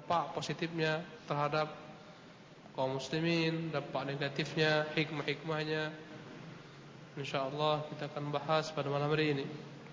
dampak positifnya terhadap kaum muslimin, dampak negatifnya, hikmah-hikmahnya. InsyaAllah kita akan bahas pada malam hari ini.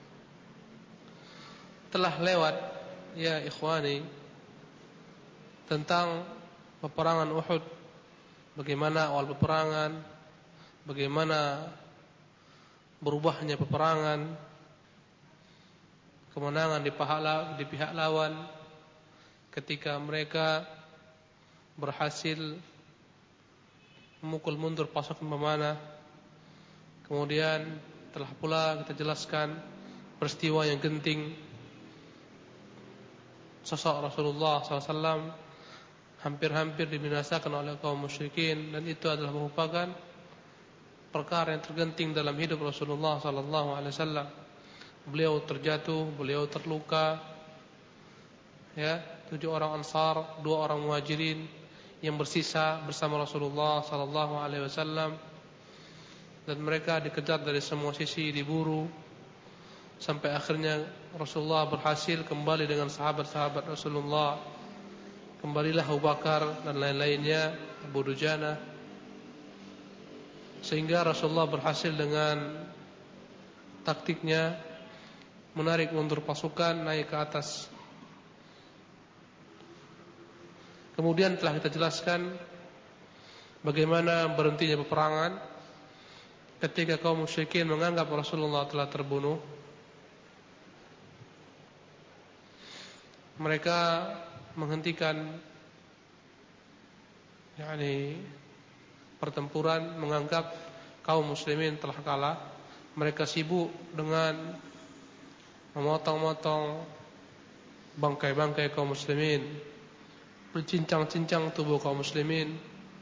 Telah lewat ya ikhwani tentang peperangan Uhud, bagaimana awal peperangan, bagaimana berubahnya peperangan, kemenangan di pihak lawan ketika mereka berhasil memukul mundur pasukan pemanah. Kemudian telah pula kita jelaskan peristiwa yang genting, sosok Rasulullah SAW hampir-hampir dibinasakan oleh kaum musyrikin, dan itu adalah merupakan perkara yang tergenting dalam hidup Rasulullah SAW. Beliau terjatuh, beliau terluka, ya, 7 orang Ansar, 2 orang Muhajirin yang bersisa bersama Rasulullah SAW, dan mereka dikejar dari semua sisi, diburu, sampai akhirnya Rasulullah berhasil kembali dengan sahabat-sahabat Rasulullah. Kembalilah Abu Bakar dan lain-lainnya, Abu Dujana, sehingga Rasulullah berhasil dengan taktiknya menarik mundur pasukan naik ke atas. Kemudian telah kita jelaskan bagaimana berhentinya peperangan ketika kaum musyrikin menganggap Rasulullah telah terbunuh. Mereka menghentikan pertempuran, menganggap kaum muslimin telah kalah. Mereka sibuk dengan memotong-motong bangkai-bangkai kaum muslimin, mencincang-cincang tubuh kaum muslimin,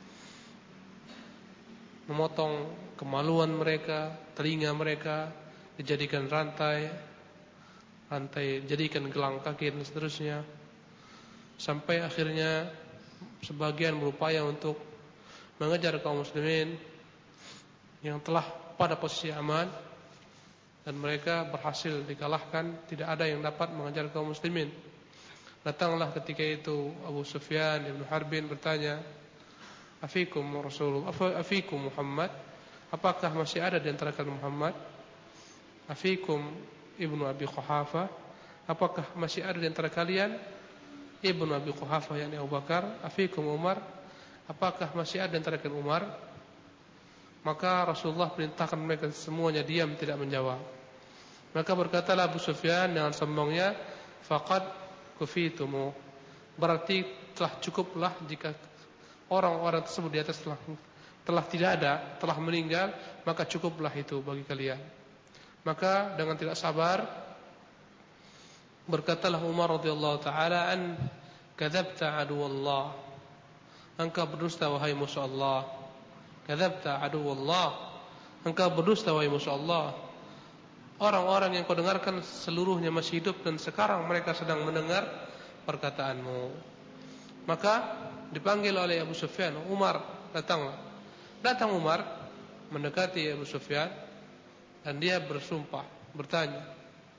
memotong kemaluan mereka, telinga mereka dijadikan rantai dijadikan gelang kaki dan seterusnya, sampai akhirnya sebagian berupaya untuk mengejar kaum muslimin yang telah pada posisi aman, dan mereka berhasil dikalahkan. Tidak ada yang dapat mengejar kaum muslimin. Datanglah ketika itu Abu Sufyan ibn Harbin bertanya, Afikum Rasulullah, afikum Muhammad, apakah masih ada di antara kalian Muhammad? Afikum Ibnu Abi Quhafah, apakah masih ada di antara kalian Ibnu Abi Quhafah, yakni Abu Bakar? Afikum Umar, apakah masih ada di antara kalian Umar? Maka Rasulullah perintahkan mereka semuanya diam, tidak menjawab. Maka berkatalah Abu Sufyan dengan sombongnya, faqad kufitumu, berarti telah cukuplah jika orang-orang tersebut di atas telah tidak ada, telah meninggal, maka cukuplah itu bagi kalian. Maka dengan tidak sabar berkatalah Umar radhiyallahu taala an, kadzabta aduwallah, engkau berdusta wahai musuh Allah. Kadzabta aduwallah, engkau berdusta wahai musuh Allah. Orang-orang yang kau dengarkan seluruhnya masih hidup, dan sekarang mereka sedang mendengar perkataanmu. Maka dipanggil oleh Abu Sufyan, Umar, datanglah. Datang Umar mendekati Abu Sufyan, dan dia bersumpah, bertanya,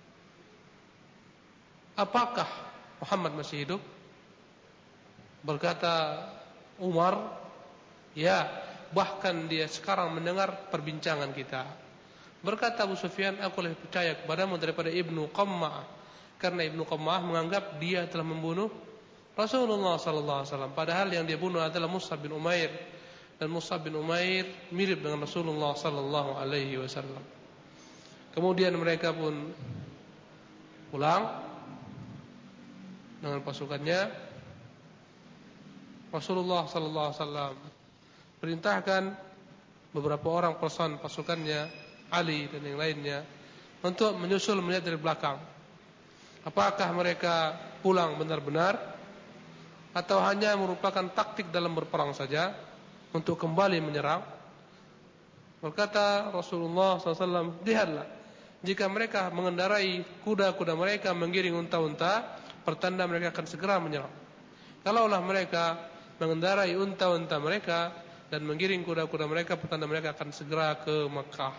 apakah Muhammad masih hidup? Berkata Umar, ya, bahkan dia sekarang mendengar perbincangan kita. Berkata Abu Sufyan, aku lebih percaya kepadamu daripada Ibnu Qamma'ah, karena Ibnu Qamma'ah menganggap dia telah membunuh Rasulullah SAW, padahal yang dia bunuh adalah Mus'ab bin Umair, dan Mus'ab bin Umair mirip dengan Rasulullah SAW. Kemudian mereka pun pulang dengan pasukannya. Rasulullah SAW perintahkan beberapa orang person pasukannya, Ali dan yang lainnya, untuk menyusul melihat dari belakang. Apakah mereka pulang benar-benar atau hanya merupakan taktik dalam berperang saja untuk kembali menyerang? Berkata Rasulullah SAW, lihatlah, jika mereka mengendarai kuda-kuda mereka, menggiring unta-unta, pertanda mereka akan segera menyerang. Kalaulah mereka mengendarai unta-unta mereka dan menggiring kuda-kuda mereka, pertanda mereka akan segera ke Makkah.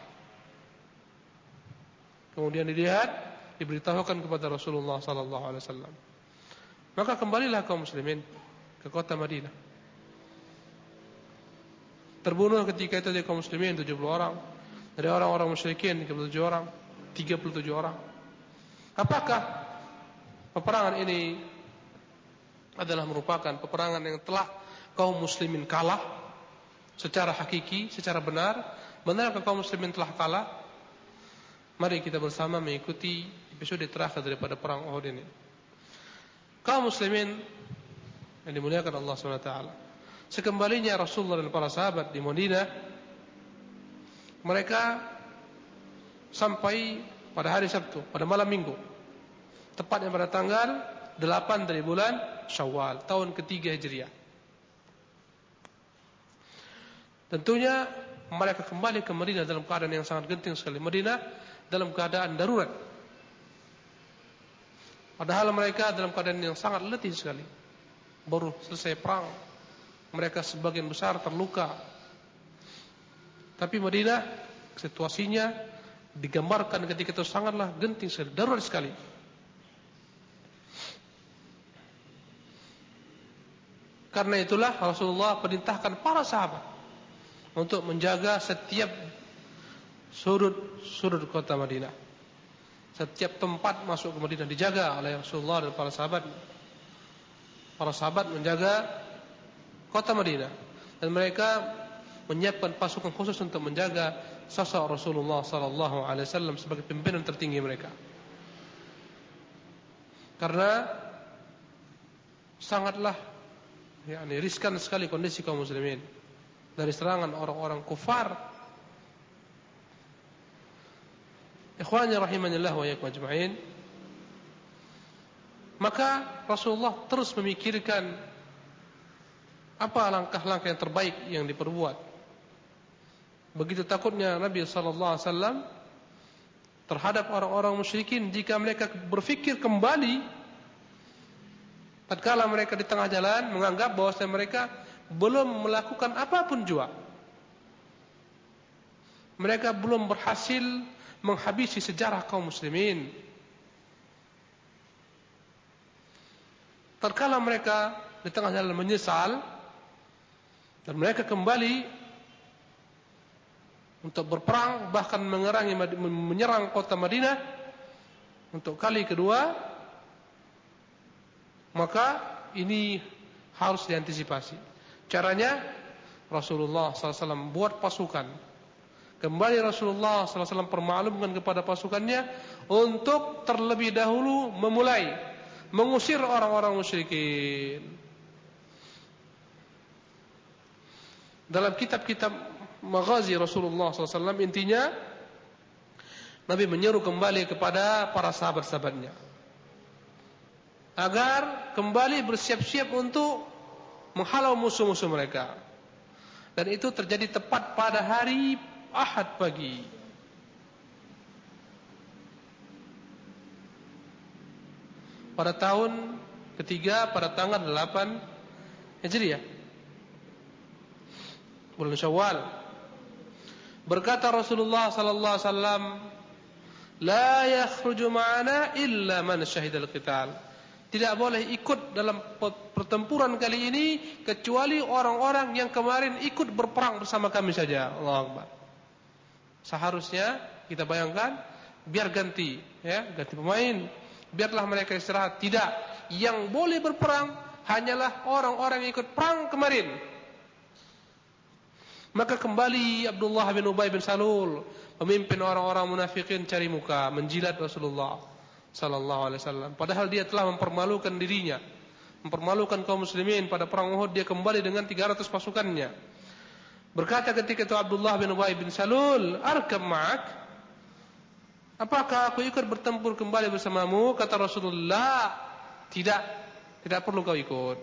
Kemudian dilihat, diberitahukan kepada Rasulullah SAW. Maka kembalilah kaum muslimin ke kota Madinah. Terbunuh ketika itu di kaum muslimin 70 orang. Dari orang-orang musyrikin 37 orang. 37 orang. Apakah peperangan ini adalah merupakan peperangan yang telah kaum muslimin kalah secara hakiki, secara benar? Benarkah kaum muslimin telah kalah? Mari kita bersama mengikuti episode terakhir daripada perang Uhud ini. Kaum muslimin yang dimuliakan Allah SWT, sekembalinya Rasulullah dan para sahabat di Madinah, mereka sampai pada hari Sabtu, pada malam Minggu, tepatnya pada tanggal 8 dari bulan Syawal, tahun ketiga Hijriah. Tentunya mereka kembali ke Madinah dalam keadaan yang sangat genting sekali. Madinah dalam keadaan darurat. Padahal mereka dalam keadaan yang sangat letih sekali. Baru selesai perang. Mereka sebagian besar terluka. Tapi Madinah situasinya digambarkan ketika itu sangatlah genting sekali, darurat sekali. Karena itulah Rasulullah perintahkan para sahabat untuk menjaga setiap sudut kota Madinah. Setiap tempat masuk ke Madinah dijaga oleh Rasulullah dan para sahabat. Para sahabat menjaga kota Madinah, dan mereka menyiapkan pasukan khusus untuk menjaga sosok Rasulullah sallallahu alaihi wasallam sebagai pimpinan tertinggi mereka. Karena sangatlah riskan sekali kondisi kaum muslimin dari serangan orang-orang kufar. Ikhwani rahimanillah wa iyyakum ajma'in. Maka Rasulullah terus memikirkan apa langkah-langkah yang terbaik yang diperbuat. Begitu takutnya Nabi sallallahu alaihi wasallam terhadap orang-orang musyrikin jika mereka berfikir kembali tatkala mereka di tengah jalan menganggap bahwa mereka belum melakukan apapun jua. Mereka belum berhasil menghabisi sejarah kaum muslimin. Tatkala mereka di tengah jalan menyesal dan mereka kembali untuk berperang, bahkan menyerang kota Madinah untuk kali kedua, maka ini harus diantisipasi. Caranya Rasulullah SAW buat pasukan. Kembali Rasulullah SAW permaklumkan kepada pasukannya untuk terlebih dahulu memulai mengusir orang-orang musyrikin. Dalam kitab-kitab maghazi Rasulullah SAW intinya Nabi menyeru kembali kepada para sahabat-sahabatnya agar kembali bersiap-siap untuk menghalau musuh-musuh mereka. Dan itu terjadi tepat pada hari Ahad pagi. Pada tahun ketiga, pada tanggal 8 Hijriah, bulan Syawal. Berkata Rasulullah sallallahu alaihi wasallam, "La yakhruju ma'ana illa man syahidal qital." Tidak boleh ikut dalam pertempuran kali ini kecuali orang-orang yang kemarin ikut berperang bersama kami saja. Allahu Akbar. Seharusnya kita bayangkan biar ganti pemain. Biarlah mereka istirahat. Tidak, yang boleh berperang hanyalah orang-orang yang ikut perang kemarin. Maka kembali Abdullah bin Ubay bin Salul, pemimpin orang-orang munafikin, cari muka, menjilat Rasulullah sallallahu alaihi wasallam. Padahal dia telah mempermalukan dirinya, mempermalukan kaum muslimin pada perang Uhud. Dia kembali dengan 300 pasukannya. Berkata ketika itu Abdullah bin Ubay bin Salul, "Arkam ma'ak?" Apakah aku ikut bertempur kembali bersamamu? Kata Rasulullah, tidak perlu kau ikut.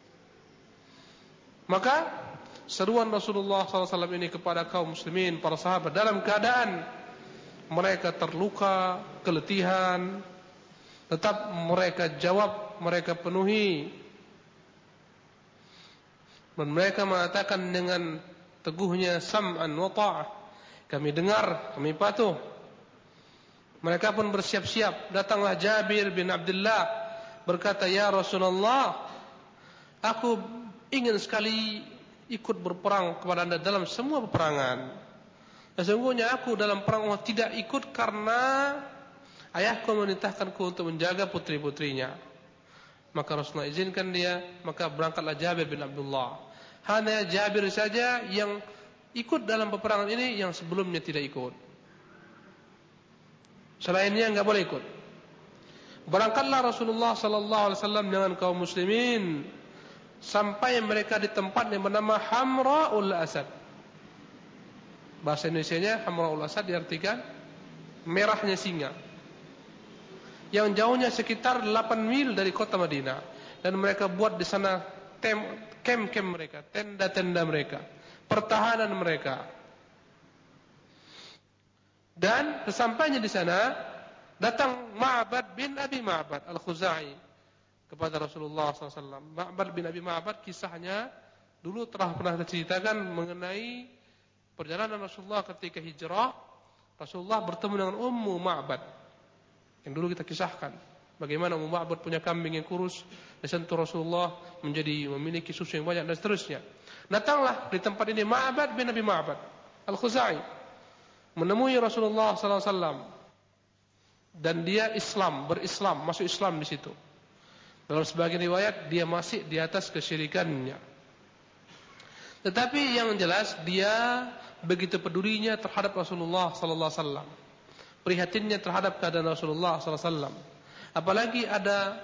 Maka seruan Rasulullah SAW ini kepada kaum muslimin, para sahabat, dalam keadaan mereka terluka, keletihan, tetap mereka jawab, mereka penuhi. Dan mereka mengatakan dengan teguhnya, sam'an wa ta'ah, kami dengar, kami patuh. Mereka pun bersiap-siap. Datanglah Jabir bin Abdullah berkata, "Ya Rasulullah, aku ingin sekali ikut berperang kepada Anda dalam semua peperangan. Sesungguhnya aku dalam perang Uhud tidak ikut karena ayahku memerintahkanku untuk menjaga putri-putrinya." Maka Rasulullah izinkan dia, maka berangkatlah Jabir bin Abdullah. Hanya Jabir saja yang ikut dalam peperangan ini, yang sebelumnya tidak ikut. Selainnya enggak boleh ikut. Berangkatlah Rasulullah sallallahu alaihi wasallam dengan kaum muslimin sampai mereka di tempat yang bernama Hamra'ul Asad. Bahasa Indonesianya Hamra'ul Asad diartikan merahnya singa. Yang jauhnya sekitar 8 mil dari kota Madinah, dan mereka buat di sana kem-kem mereka, tenda-tenda mereka, pertahanan mereka. Dan sesampainya di sana, datang Ma'bad bin Abi Ma'bad Al-Khuzai kepada Rasulullah SAW. Ma'bad bin Abi Ma'bad, kisahnya dulu telah pernah diceritakan mengenai perjalanan Rasulullah ketika hijrah. Rasulullah bertemu dengan Ummu Ma'bad yang dulu kita kisahkan. Bagaimana Ummu Ma'bad punya kambing yang kurus, disentuh Rasulullah menjadi memiliki susu yang banyak dan seterusnya. Datanglah di tempat ini Ma'bad bin Abi Ma'bad Al-Khuzai menemui Rasulullah SAW, dan dia berislam, masuk Islam di situ. Dalam sebagian riwayat dia masih di atas kesyirikannya. Tetapi yang jelas dia begitu pedulinya terhadap Rasulullah SAW, prihatinnya terhadap keadaan Rasulullah SAW. Apalagi ada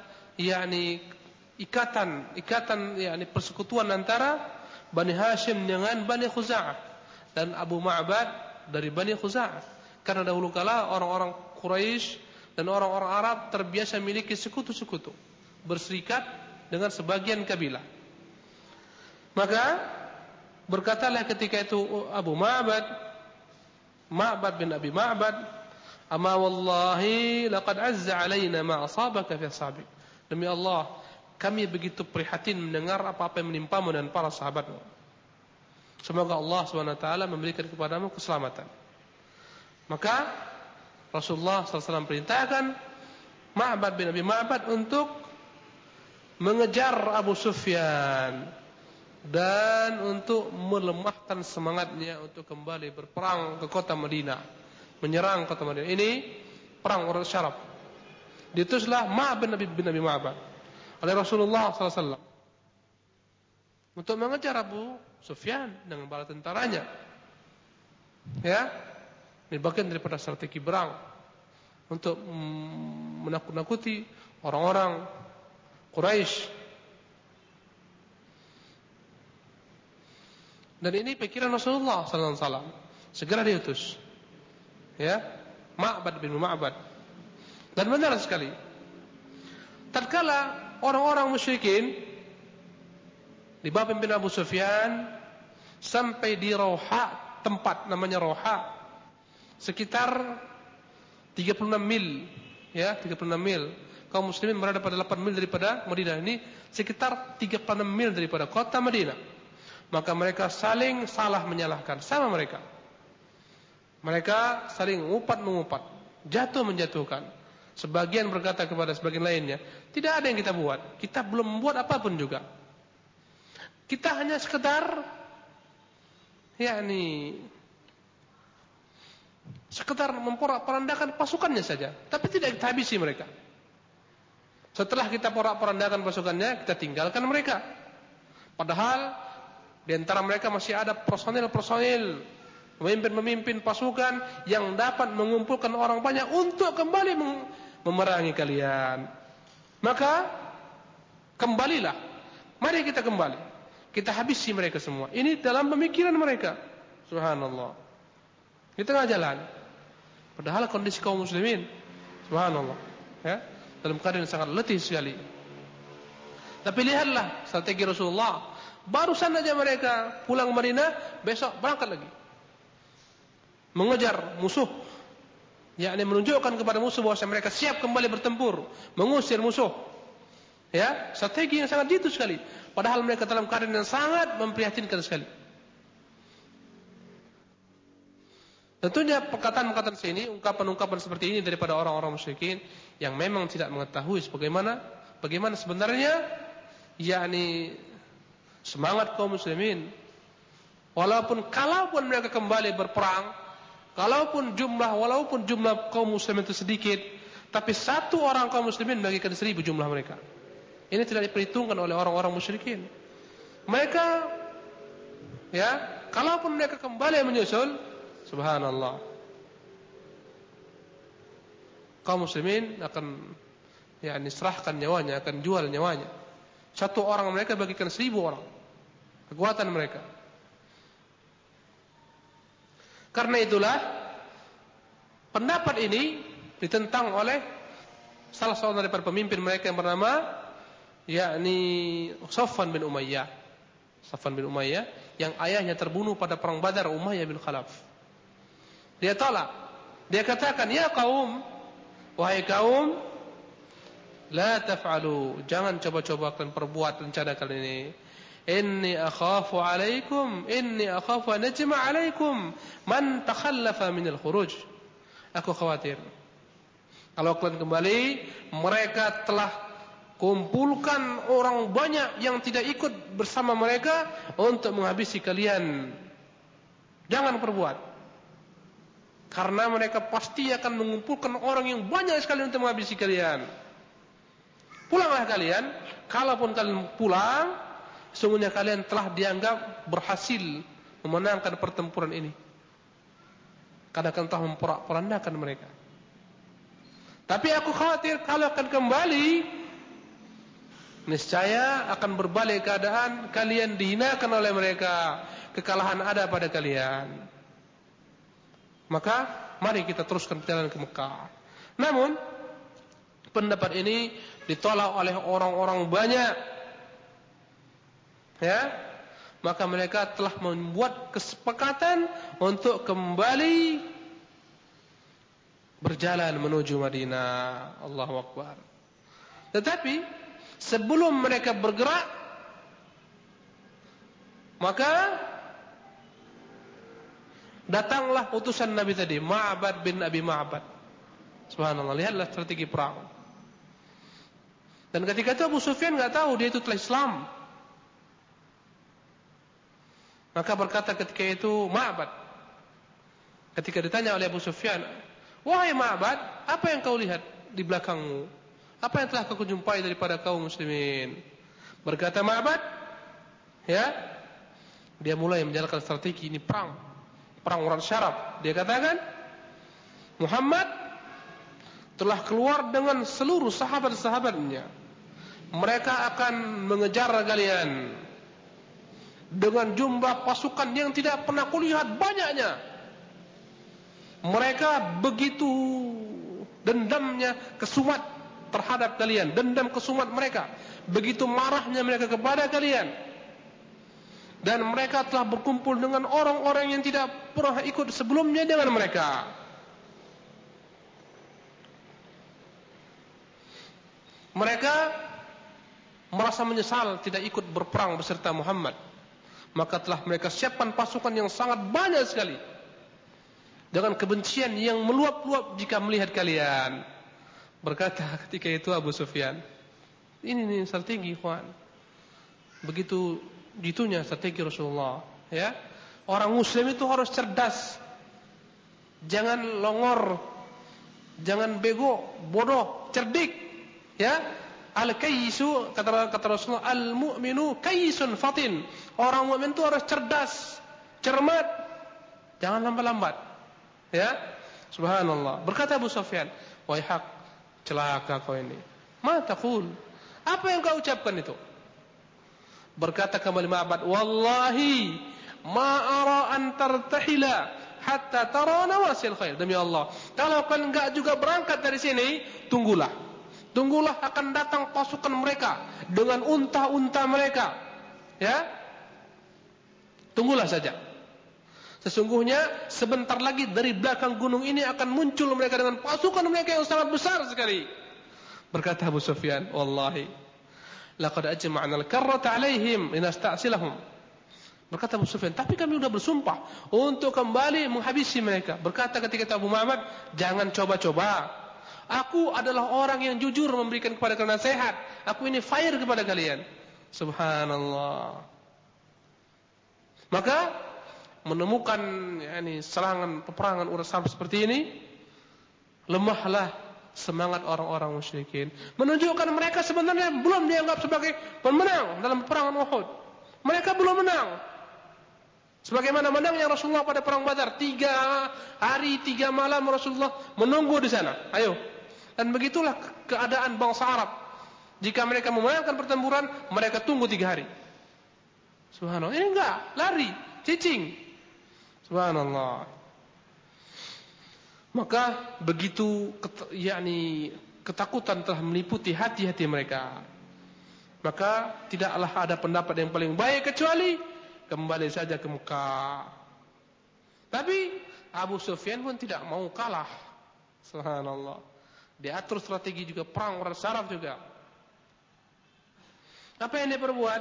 ikatan persekutuan antara Bani Hashim dengan Bani Khuza'ah, dan Abu Ma'bad dari Bani Khuza'ah. Karena dahulu kala orang-orang Quraisy dan orang-orang Arab terbiasa memiliki sekutu-sekutu, berserikat dengan sebagian kabilah. Maka berkatalah ketika itu Abu Ma'bad bin Abi Ma'bad, "Ama wallahi laqad azza alaina ma asabaka fi ashabik." Demi Allah, kami begitu prihatin mendengar apa-apa yang menimpamu dan para sahabatmu. Semoga Allah SWT memberikan kepadamu keselamatan. Maka Rasulullah SAW perintahkan Ma'bad bin Abi Ma'bad untuk mengejar Abu Sufyan dan untuk melemahkan semangatnya untuk kembali berperang ke kota Madinah, menyerang kota Madinah. Ini perang urut syaraf. Diutuslah Ma'bad bin Abi Ma'bad oleh Rasulullah SAW untuk mengejar Abu Sufyan dengan bala tentaranya. Ya, ini bagian daripada strategi perang untuk menakut-nakuti orang-orang Quraisy. Dan ini pikiran Rasulullah sallallahu alaihi wasallam. Segera diutus. Ya, Ma'bad bin Ma'bad. Dan benar sekali. Tatkala orang-orang musyrikin di bawah pimpinan Abu Sufyan sampai di Roha, tempat namanya Roha, sekitar 36 mil, ya, 36 mil. Kaum muslimin berada pada 8 mil daripada Madinah. Ini sekitar 36 mil daripada kota Madinah. Maka mereka saling salah menyalahkan sama mereka. Mereka saling mengupat, menjatuhkan. Sebagian berkata kepada sebagian lainnya, tidak ada yang kita buat. Kita belum membuat apapun juga. Kita hanya sekedar memporak-porandakan pasukannya saja, tapi tidak kita habisi mereka. Setelah kita porak-porandakan pasukannya, kita tinggalkan mereka. Padahal di antara mereka masih ada personil-personil, pemimpin-pemimpin pasukan yang dapat mengumpulkan orang banyak untuk kembali memerangi kalian. Maka kembalilah, mari kita kembali. Kita habisi mereka semua. Ini dalam pemikiran mereka. Subhanallah. Di tengah jalan. Padahal kondisi kaum muslimin, subhanallah, ya, dalam keadaan yang sangat letih sekali. Tapi lihatlah strategi Rasulullah. Barusan saja mereka pulang Madinah, besok berangkat lagi mengejar musuh. Menunjukkan kepada musuh bahwa mereka siap kembali bertempur, mengusir musuh. Ya, strategi yang sangat jitu sekali. Padahal mereka dalam keadaan yang sangat memprihatinkan sekali. Tentunya perkataan-perkataan sini, ungkapan-ungkapan seperti ini daripada orang-orang musyrikin yang memang tidak mengetahui sebagaimana bagaimana sebenarnya yakni semangat kaum muslimin. Kalaupun mereka kembali berperang, walaupun jumlah kaum muslimin itu sedikit, tapi satu orang kaum muslimin bagikan 1000 jumlah mereka. Ini tidak diperhitungkan oleh orang-orang musyrikin. Mereka, kalaupun mereka kembali menyusul, subhanallah, kaum muslimin akan serahkan nyawanya, akan jual nyawanya. Satu orang mereka bagikan 1000 orang. Kekuatan mereka. Karena itulah pendapat ini ditentang oleh salah seorang daripada pemimpin mereka yang bernama Safwan bin Umayyah. Safwan bin Umayyah yang ayahnya terbunuh pada perang Badar, Umayyah bin Khalaf. Dia tolak. Dia katakan, "Ya kaum, wahai kaum, la taf'alu, jangan coba-coba kalian perbuat rencana kalian ini. Inni akhafu an najma' alaikum man takhallafa min al-khuruj." Aku khawatir kalau kalian kembali, mereka telah kumpulkan orang banyak yang tidak ikut bersama mereka untuk menghabisi kalian. Jangan perbuat. Karena mereka pasti akan mengumpulkan orang yang banyak sekali untuk menghabisi kalian. Pulanglah kalian. Kalaupun kalian pulang, sesungguhnya kalian telah dianggap berhasil memenangkan pertempuran ini. Karena kalian telah memporak-porandakan mereka. Tapi aku khawatir kalau akan kembali, niscaya akan berbalik keadaan, kalian dihinakan oleh mereka, kekalahan ada pada kalian. Maka mari kita teruskan perjalanan ke Mekah. Namun pendapat ini ditolak oleh orang-orang banyak. Maka mereka telah membuat kesepakatan untuk kembali berjalan menuju Madinah. Allahu Akbar. Tetapi sebelum mereka bergerak, maka datanglah utusan Nabi tadi, Ma'bad bin Abi Ma'bad. Subhanallah, lihatlah strategi perang. Dan ketika itu Abu Sufyan enggak tahu dia itu telah Islam. Maka berkata ketika itu Ma'bad, ketika ditanya oleh Abu Sufyan, "Wahai Ma'bad, apa yang kau lihat di belakangmu? Apa yang telah kau jumpai daripada kaum muslimin?" Berkata Ma'bad, dia mulai menjalankan strategi ini perang orang Syarab. Dia katakan, Muhammad telah keluar dengan seluruh sahabat-sahabatnya. Mereka akan mengejar kalian dengan jumlah pasukan yang tidak pernah kulihat banyaknya. Mereka begitu dendamnya kesumat terhadap kalian, dendam kesumat mereka, begitu marahnya mereka kepada kalian. Dan mereka telah berkumpul dengan orang-orang yang tidak pernah ikut sebelumnya dengan mereka. Mereka merasa menyesal tidak ikut berperang beserta Muhammad. Maka telah mereka siapkan pasukan yang sangat banyak sekali, dengan kebencian yang meluap-luap jika melihat kalian. Berkata ketika itu Abu Sufyan, ini strategi, ikhwan. Begitu gitunya strategi Rasulullah. Orang muslim itu harus cerdas, jangan longor, jangan bego, bodoh, cerdik. Al-kayyisu, kata Rasulullah, al-mu'minu kayyisun fatin. Orang mukmin itu harus cerdas, cermat, jangan lambat-lambat. Subhanallah. Berkata Abu Sufyan, "Wahai hak, celaka kau ini. Ma taqul? Apa yang kau ucapkan itu?" Berkata kembali Ma'bad, "Wallahi ma ara an tartahila hatta tara nawasil khair." Demi Allah, kalau kalian enggak juga berangkat dari sini, tunggulah akan datang pasukan mereka dengan unta-unta mereka. Tunggulah saja. Sesungguhnya sebentar lagi dari belakang gunung ini akan muncul mereka dengan pasukan mereka yang sangat besar sekali. Berkata Abu Sufyan, "Wallahi laqad ajma'na al-karrata 'alaihim linasta'silahum." Berkata Abu Sufyan, "Tapi kami sudah bersumpah untuk kembali menghabisi mereka." Berkata ketika itu Abu Muhammad, "Jangan coba-coba. Aku adalah orang yang jujur memberikan kepada kalian nasihat. Aku ini fair kepada kalian. Subhanallah. Maka menemukan serangan peperangan urusan seperti ini, lemahlah semangat orang-orang musyrikin. Menunjukkan mereka sebenarnya belum dianggap sebagai pemenang dalam peperangan Uhud. Mereka belum menang. Sebagaimana menangnya Rasulullah pada perang Badar, 3 hari 3 malam Rasulullah menunggu di sana. Ayo. Dan begitulah keadaan bangsa Arab. Jika mereka memenangkan pertempuran, mereka tunggu 3 hari. Subhanallah. Ini enggak, lari, cicing. Subhanallah. Maka begitu ketakutan telah meliputi hati-hati mereka. Maka tidaklah ada pendapat yang paling baik kecuali kembali saja ke Mekah. Tapi Abu Sufyan pun tidak mau kalah. Subhanallah. Diatur strategi juga, perang saraf juga. Apa yang dia perbuat?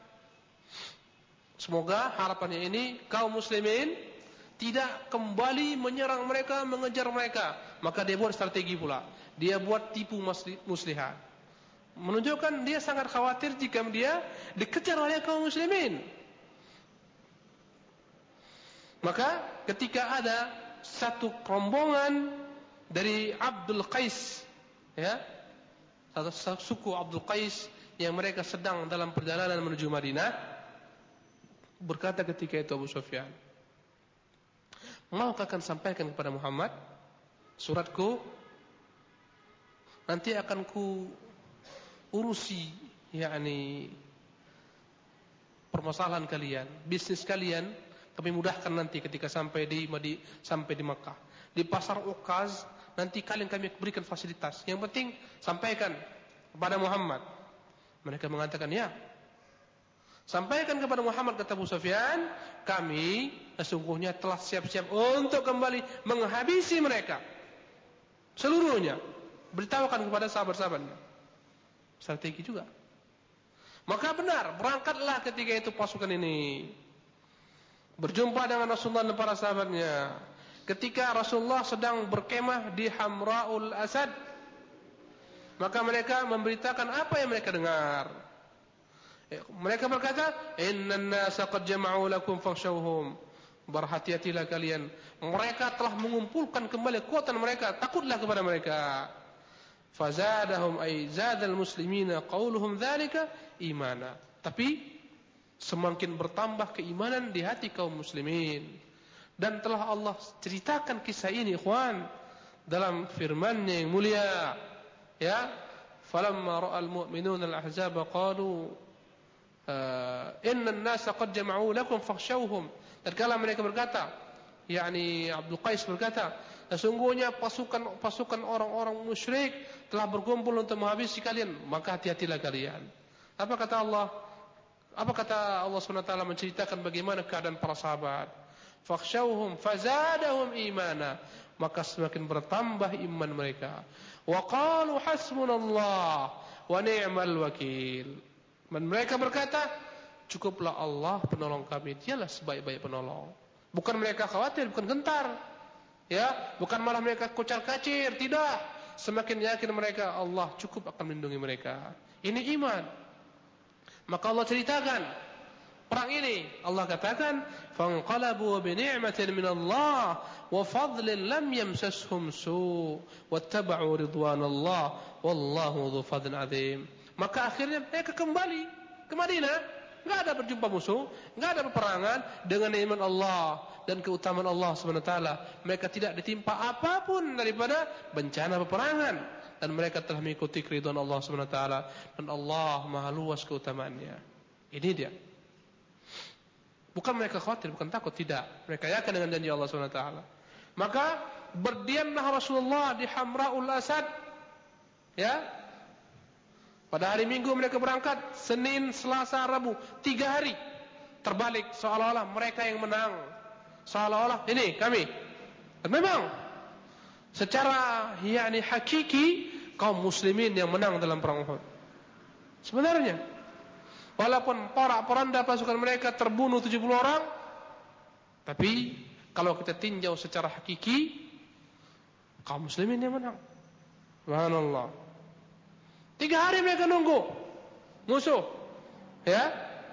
Semoga harapannya ini kaum muslimin tidak kembali menyerang mereka, mengejar mereka. Maka dia buat strategi pula. Dia buat tipu muslihat. Menunjukkan dia sangat khawatir jika dia dikejar oleh kaum muslimin. Maka ketika ada satu rombongan dari Abdul Qais, ya, satu suku Abdul Qais yang mereka sedang dalam perjalanan menuju Madinah, berkata ketika itu Abu Sufyan, maukah akan sampaikan kepada Muhammad suratku? Nanti akan ku urusi permasalahan kalian, bisnis kalian kami mudahkan nanti ketika sampai di Makkah. Di pasar Uqaz nanti kalian kami berikan fasilitas. Yang penting sampaikan kepada Muhammad. Mereka mengatakan ya. Sampaikan kepada Muhammad, kata Abu Sufyan, kami sesungguhnya telah siap-siap untuk kembali menghabisi mereka seluruhnya. Beritahukan kepada sahabat-sahabatnya. Strategi juga. Maka benar, berangkatlah ketika itu pasukan ini. Berjumpa dengan Rasulullah dan para sahabatnya. Ketika Rasulullah sedang berkemah di Hamra'ul Asad, maka mereka memberitakan apa yang mereka dengar. Mereka berkata, "Innan nasa qad jama'u lakum fakhshawhum." Berhati-hatilah kalian. Mereka telah mengumpulkan kembali kekuatan mereka, takutlah kepada mereka. Fazadahum ay zadal muslimina qauluhum dzalika imana. Tapi semakin bertambah keimanan di hati kaum muslimin. Dan telah Allah ceritakan kisah ini, ikhwan, dalam firman-Nya yang mulia. Ya, falamma ra'al mu'minuna al-ahzaba qalu innan nasa qad jama'u lakum fakhshawhum. Tatkala mereka berkata, Abdul Qais berkata, sesungguhnya pasukan orang-orang musyrik telah berkumpul untuk menghabisi kalian, maka hati-hatilah kalian. Apa kata Allah? Apa kata Allah SWT menceritakan bagaimana keadaan para sahabat? Fakhshawhum fazadahum imana. Maka semakin bertambah iman mereka. Wa qalu hasbunallah wa ni'mal wakil. Dan mereka berkata, cukuplah Allah penolong kami, dialah sebaik-baik penolong. Bukan mereka khawatir, bukan gentar. Ya, bukan malah mereka kocar-kacir, tidak. Semakin yakin mereka Allah cukup akan melindungi mereka. Ini iman. Maka Allah ceritakan perang ini. Allah katakan, "Fanqalabu bi ni'matin min Allah wa fadlin lam yamsashum su' wattaba'u ridwanallah wallahu dzu fadlin 'adzim." Maka akhirnya mereka kembali ke Madinah, enggak ada berjumpa musuh, enggak ada peperangan, dengan iman Allah dan keutamaan Allah Subhanahu wa taala. Mereka tidak ditimpa apapun daripada bencana peperangan, dan mereka telah mengikuti keridhaan Allah Subhanahu wa taala, dan Allah Maha luas keutamaannya. Ini dia. Bukan mereka khawatir, bukan takut, tidak. Mereka yakin dengan janji Allah Subhanahu wa taala. Maka berdiamlah Rasulullah di Hamra'ul Asad. Ya. Pada hari Minggu mereka berangkat, Senin, Selasa, Rabu, 3 hari. Terbalik, seolah-olah mereka yang menang. Seolah-olah ini kami. Dan memang secara hakiki kaum muslimin yang menang dalam perang Uhud. Sebenarnya walaupun porak-poranda pasukan mereka terbunuh 70 orang, tapi kalau kita tinjau secara hakiki kaum muslimin yang menang. Subhanallah. 3 hari mereka nunggu musuh, ya.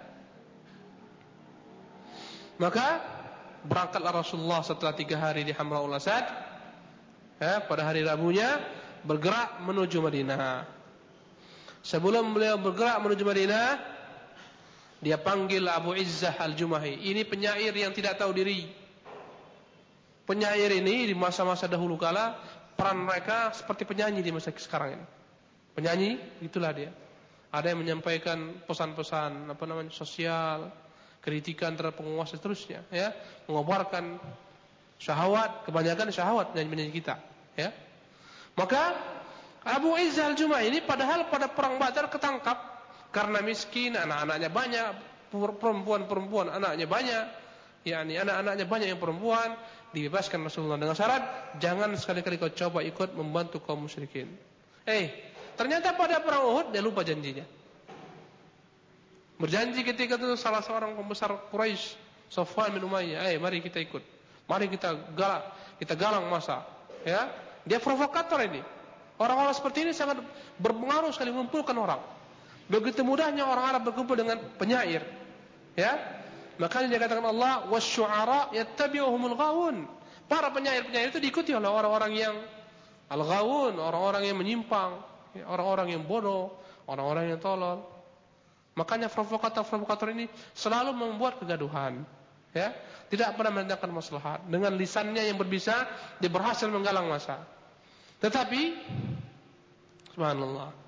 Maka berangkatlah Rasulullah setelah 3 hari di Hamraul Asad, ya, pada hari Rabunya bergerak menuju Madinah. Sebelum beliau bergerak menuju Madinah, dia panggil Abu Izzah Al-Jumahi. Ini penyair yang tidak tahu diri. Penyair ini di masa-masa dahulu kala peran mereka seperti penyanyi di masa sekarang ini. Penyanyi, itulah dia. Ada yang menyampaikan pesan-pesan sosial, kritikan terhadap penguasa seterusnya, ya, mengobarkan syahwat, kebanyakan syahwat penyanyi kita, ya. Maka Abu Izzah Al-Jumahi ini padahal pada perang Badar ketangkap karena miskin, anak-anaknya banyak, perempuan-perempuan anaknya banyak, yakni anak-anaknya banyak yang perempuan, dibebaskan Rasulullah dengan syarat jangan sekali-kali kau coba ikut membantu kaum musyrikin. Ternyata pada perang Uhud dia lupa janjinya. Berjanji ketika itu salah seorang pembesar Quraisy, Safwan bin Umayyah, mari kita ikut. Mari kita galang massa, ya. Dia provokator ini. Orang-orang seperti ini sangat berpengaruh sekali mengumpulkan orang. Begitu mudahnya orang Arab berkumpul dengan penyair, ya. Makanya dikatakan Allah, wasyu'ara yattabi'uhumul ghawun. Para penyair-penyair itu diikuti oleh orang-orang yang al-ghawun, orang-orang yang menyimpang, orang-orang yang bodoh, orang-orang yang tolol. Makanya provokator-provokator ini selalu membuat kegaduhan, ya. Tidak pernah mendatangkan maslahat. Dengan lisannya yang berbisa, dia berhasil menggalang massa. Tetapi subhanallah,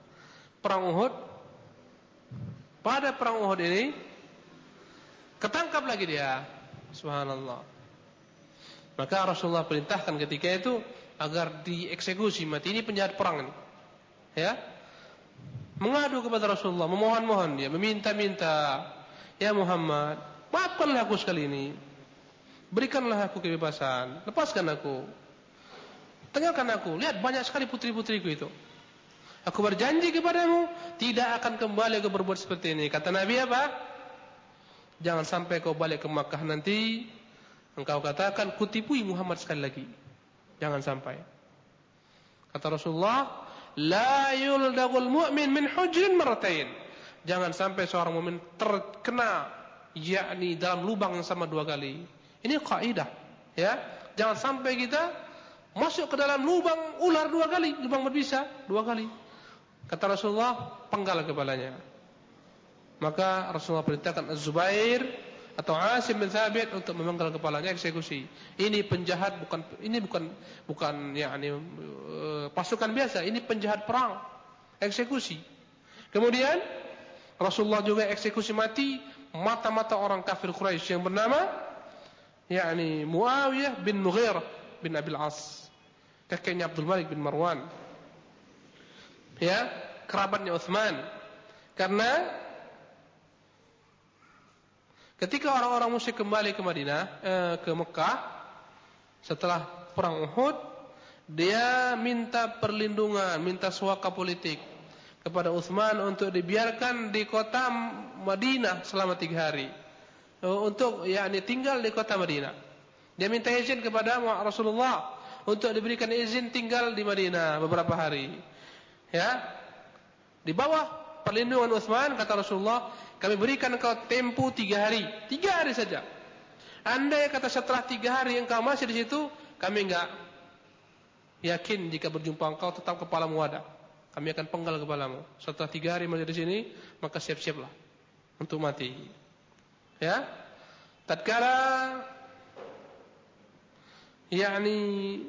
pada perang Uhud ini ketangkap lagi dia, subhanallah. Maka Rasulullah perintahkan ketika itu agar dieksekusi mati. Ini penjahat perang ini, ya. Mengadu kepada Rasulullah, memohon-mohon dia, meminta-minta, ya Muhammad, maafkanlah aku sekali ini, berikanlah aku kebebasan, lepaskan aku, tinggalkan aku. Lihat banyak sekali putri-putriku itu. Aku berjanji kepadamu tidak akan kembali ke berbuat seperti ini. Kata Nabi apa? Jangan sampai kau balik ke Makkah nanti engkau katakan kutipui Muhammad sekali lagi. Jangan sampai. Kata Rasulullah, la yuldagul mu'min min hujrin marratain. Jangan sampai seorang mukmin terkena yakni dalam lubang yang sama 2 kali. Ini kaidah, ya. Jangan sampai kita masuk ke dalam lubang ular 2 kali, lubang berbisa 2 kali. Kata Rasulullah, penggal kepalanya. Maka Rasulullah perintahkan Az-Zubair atau Asim bin Thabit untuk memenggal kepalanya, eksekusi. Ini penjahat, bukan yakni pasukan biasa, ini penjahat perang, eksekusi. Kemudian Rasulullah juga eksekusi mati mata-mata orang kafir Quraisy yang bernama yakni Muawiyah bin Mughirah bin Abil As, kakeknya Abdul Malik bin Marwan, ya, kerabatnya Utsman. Karena ketika orang-orang musyrik kembali ke Madinah, ke Mekah setelah perang Uhud, dia minta perlindungan, minta suaka politik kepada Utsman untuk dibiarkan di kota Madinah selama 3 hari, untuk yakni tinggal di kota Madinah. Dia minta izin kepada Rasulullah untuk diberikan izin tinggal di Madinah beberapa hari, ya. Di bawah perlindungan Utsman, kata Rasulullah, kami berikan engkau tempo 3 hari. 3 hari saja. Andai kata setelah 3 hari engkau masih di situ, kami enggak yakin jika berjumpa engkau tetap kepalamu ada. Kami akan penggal kepalamu. Setelah 3 hari masih di sini, maka siap-siaplah untuk mati. Ya. Tatkala yakni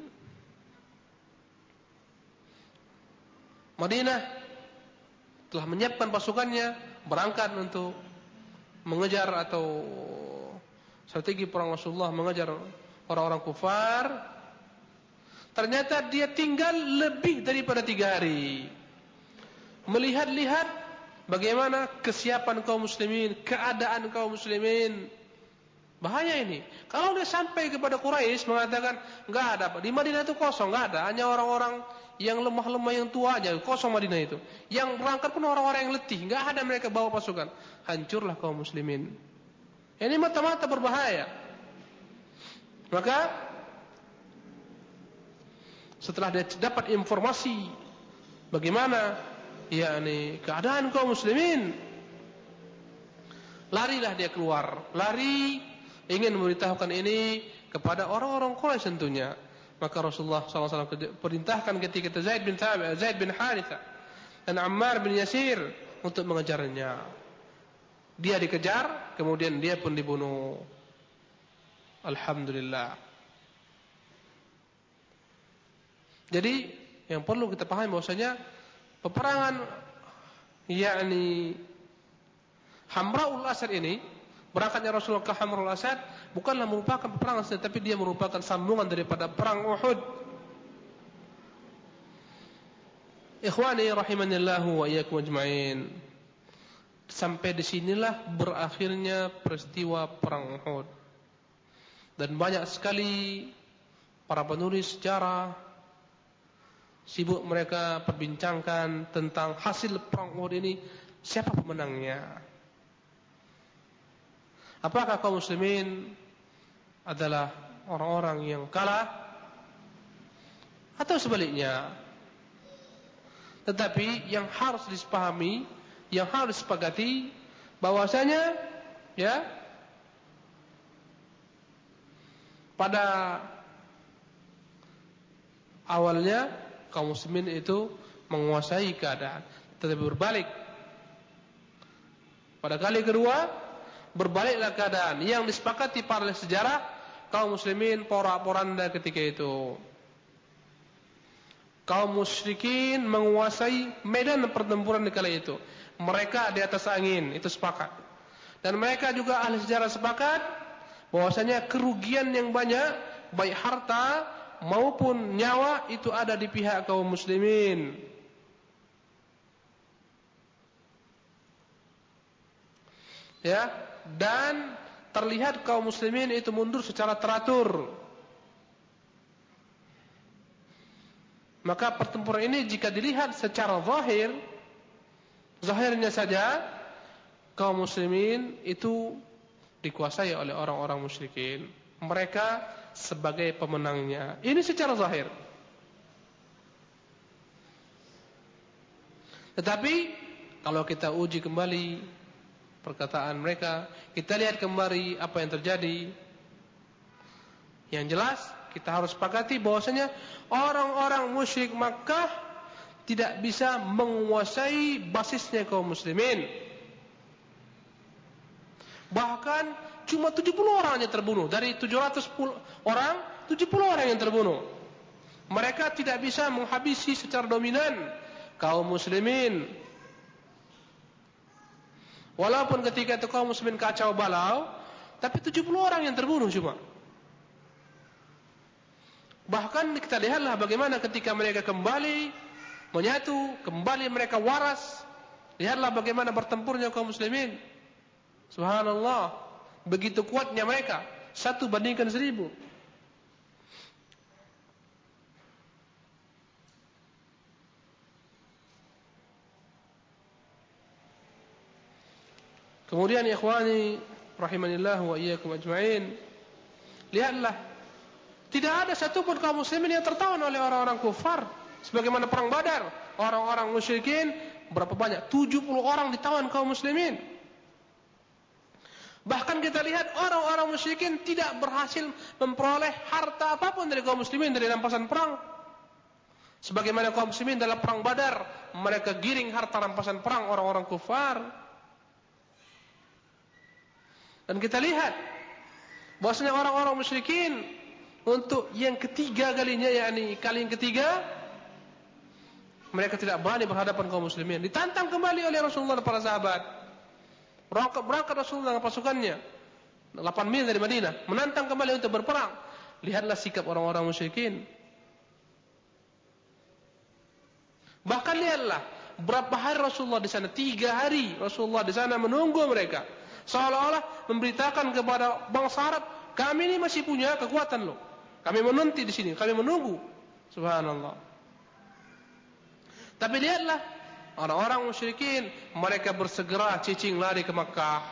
Madinah telah menyiapkan pasukannya, berangkat untuk mengejar, atau strategi perang Rasulullah mengejar orang-orang kufar. Ternyata dia tinggal lebih daripada 3 hari, melihat-lihat bagaimana kesiapan kaum muslimin, keadaan kaum muslimin. Bahaya ini. Kalau dia sampai kepada Quraisy mengatakan enggak ada, di Madinah itu kosong, enggak ada, hanya orang-orang yang lemah-lemah, yang tua aja, kosong Madinah itu. Yang berangkat pun orang-orang yang letih, enggak ada mereka bawa pasukan. Hancurlah kaum muslimin. Ini mata-mata berbahaya. Maka setelah dia dapat informasi bagaimana yakni keadaan kaum muslimin. Larilah dia keluar, lari ingin memberitahukan ini kepada orang-orang Quraisy tentunya. Maka Rasulullah SAW perintahkan ketika itu Zaid bin Haritha dan Ammar bin Yasir untuk mengejarnya. Dia dikejar, kemudian dia pun dibunuh. Alhamdulillah. Jadi yang perlu kita pahami bahwasanya peperangan yakni Hamraul Asad ini, berangkatnya Rasulullah ke Hamraul Asad bukanlah merupakan peperangan, tetapi dia merupakan sambungan daripada perang Uhud. Ikhwani rahimanillahu wa iyyakum ajma'in. Sampai di sinilah berakhirnya peristiwa perang Uhud. Dan banyak sekali para penulis sejarah sibuk mereka perbincangkan tentang hasil perang Uhud ini, siapa pemenangnya. Apakah kaum muslimin adalah orang-orang yang kalah atau sebaliknya? Tetapi yang harus disepahami, yang harus disepakati bahwasanya ya pada awalnya kaum muslimin itu menguasai keadaan, tetapi berbalik. Pada kali kedua berbaliklah keadaan yang disepakati para sejarah, kaum muslimin porak-poranda ketika itu. Kaum musyrikin menguasai medan pertempuran di kala itu. Mereka di atas angin, itu sepakat. Dan mereka juga ahli sejarah sepakat bahwasanya kerugian yang banyak, baik harta maupun nyawa, itu ada di pihak kaum muslimin. Ya, dan terlihat kaum muslimin itu mundur secara teratur. Maka pertempuran ini jika dilihat secara zahirnya saja kaum muslimin itu dikuasai oleh orang-orang musyrikin. Mereka sebagai pemenangnya. Ini secara zahir. Tetapi kalau kita uji kembali perkataan mereka, kita lihat kembali apa yang terjadi. Yang jelas kita harus sepakati bahwasanya orang-orang musyrik Makkah tidak bisa menguasai basisnya kaum muslimin. Bahkan cuma 70 orang yang terbunuh. Dari 710 orang, 70 orang yang terbunuh. Mereka tidak bisa menghabisi secara dominan kaum muslimin. Walaupun ketika itu kaum muslimin kacau balau, tapi 70 orang yang terbunuh cuma. Bahkan kita lihatlah bagaimana ketika mereka kembali menyatu, kembali mereka waras. Lihatlah bagaimana bertempurnya kaum muslimin. Subhanallah, begitu kuatnya mereka, 1 bandingkan 1000. Kemudian ikhwani rahimanillah wa iyyakum ajma'in, lihatlah tidak ada satupun kaum muslimin yang tertawan oleh orang-orang kufar. Sebagaimana perang Badar, orang-orang musyrikin berapa banyak? 70 orang ditawan kaum muslimin. Bahkan kita lihat orang-orang musyrikin tidak berhasil memperoleh harta apapun dari kaum muslimin dari rampasan perang. Sebagaimana kaum muslimin dalam perang Badar, mereka giring harta rampasan perang orang-orang kufar. Dan kita lihat bahwasanya orang-orang musyrikin untuk yang ketiga kalinya, yakni kali yang ketiga, mereka tidak berani berhadapan kaum muslimin. Ditantang kembali oleh Rasulullah dan para sahabat. Berangkat Rasulullah dengan pasukannya 8 mil dari Madinah, menantang kembali untuk berperang. Lihatlah sikap orang-orang musyrikin. Bahkan lihatlah berapa hari Rasulullah di sana, 3 hari Rasulullah di sana menunggu mereka. Seolah-olah memberitakan kepada bangsa Arab, kami ini masih punya kekuatan loh. Kami menanti di sini, kami menunggu. Subhanallah. Tapi lihatlah orang-orang musyrikin, mereka bersegera cicing lari ke Makkah.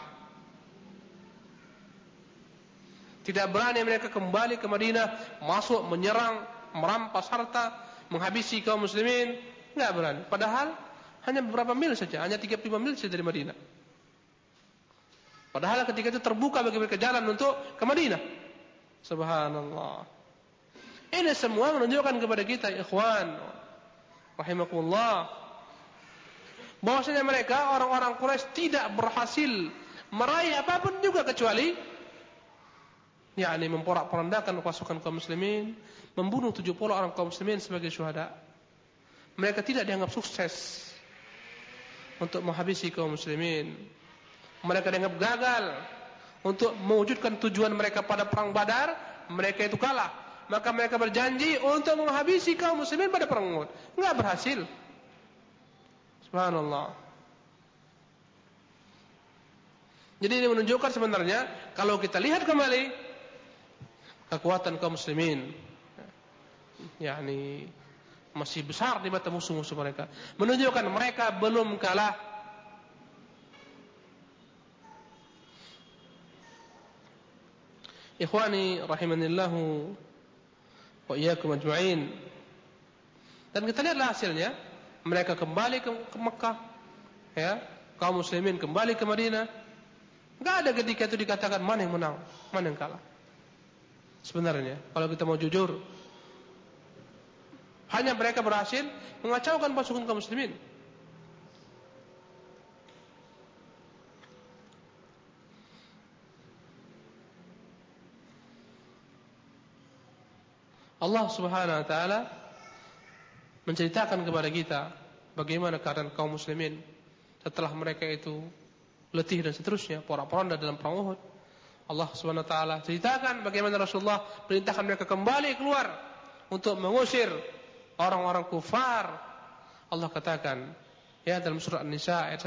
Tidak berani mereka kembali ke Madinah, masuk menyerang, merampas harta, menghabisi kaum muslimin. Enggak berani. Padahal hanya beberapa mil saja, hanya 35 mil saja dari Madinah. Padahal ketika itu terbuka bagi mereka jalan untuk ke Madinah. Subhanallah. Ini semua menunjukkan kepada kita, ikhwan rahimakumullah, bahwasanya mereka orang-orang Quraisy tidak berhasil meraih apapun juga kecuali memporak-porandakan pasukan kaum muslimin, membunuh 70 orang kaum muslimin sebagai syuhada. Mereka tidak dianggap sukses untuk menghabisi kaum muslimin. Mereka dianggap gagal untuk mewujudkan tujuan mereka pada perang Badar. Mereka itu kalah. Maka mereka berjanji untuk menghabisi kaum muslimin pada perang Uhud. Enggak berhasil. Subhanallah. Jadi ini menunjukkan sebenarnya kalau kita lihat kembali kekuatan kaum muslimin, masih besar di mata musuh-musuh mereka. Menunjukkan mereka belum kalah. Ikhwani rahimanillahu wa iyyakum ajma'in. Dan kita lihatlah hasilnya. Mereka kembali ke Mekah, ya, kaum muslimin kembali ke Madinah. Enggak ada ketika itu dikatakan mana yang menang, mana yang kalah. Sebenarnya, kalau kita mau jujur, hanya mereka berhasil mengacaukan pasukan kaum muslimin. Allah Subhanahu wa taala menceritakan kepada kita bagaimana keadaan kaum muslimin setelah mereka itu letih dan seterusnya, porak-poranda dalam perang Uhud. Allah Subhanahu wa taala ceritakan bagaimana Rasulullah perintahkan mereka kembali keluar untuk mengusir orang-orang kufar. Allah katakan, ya, dalam surah An-Nisa ayat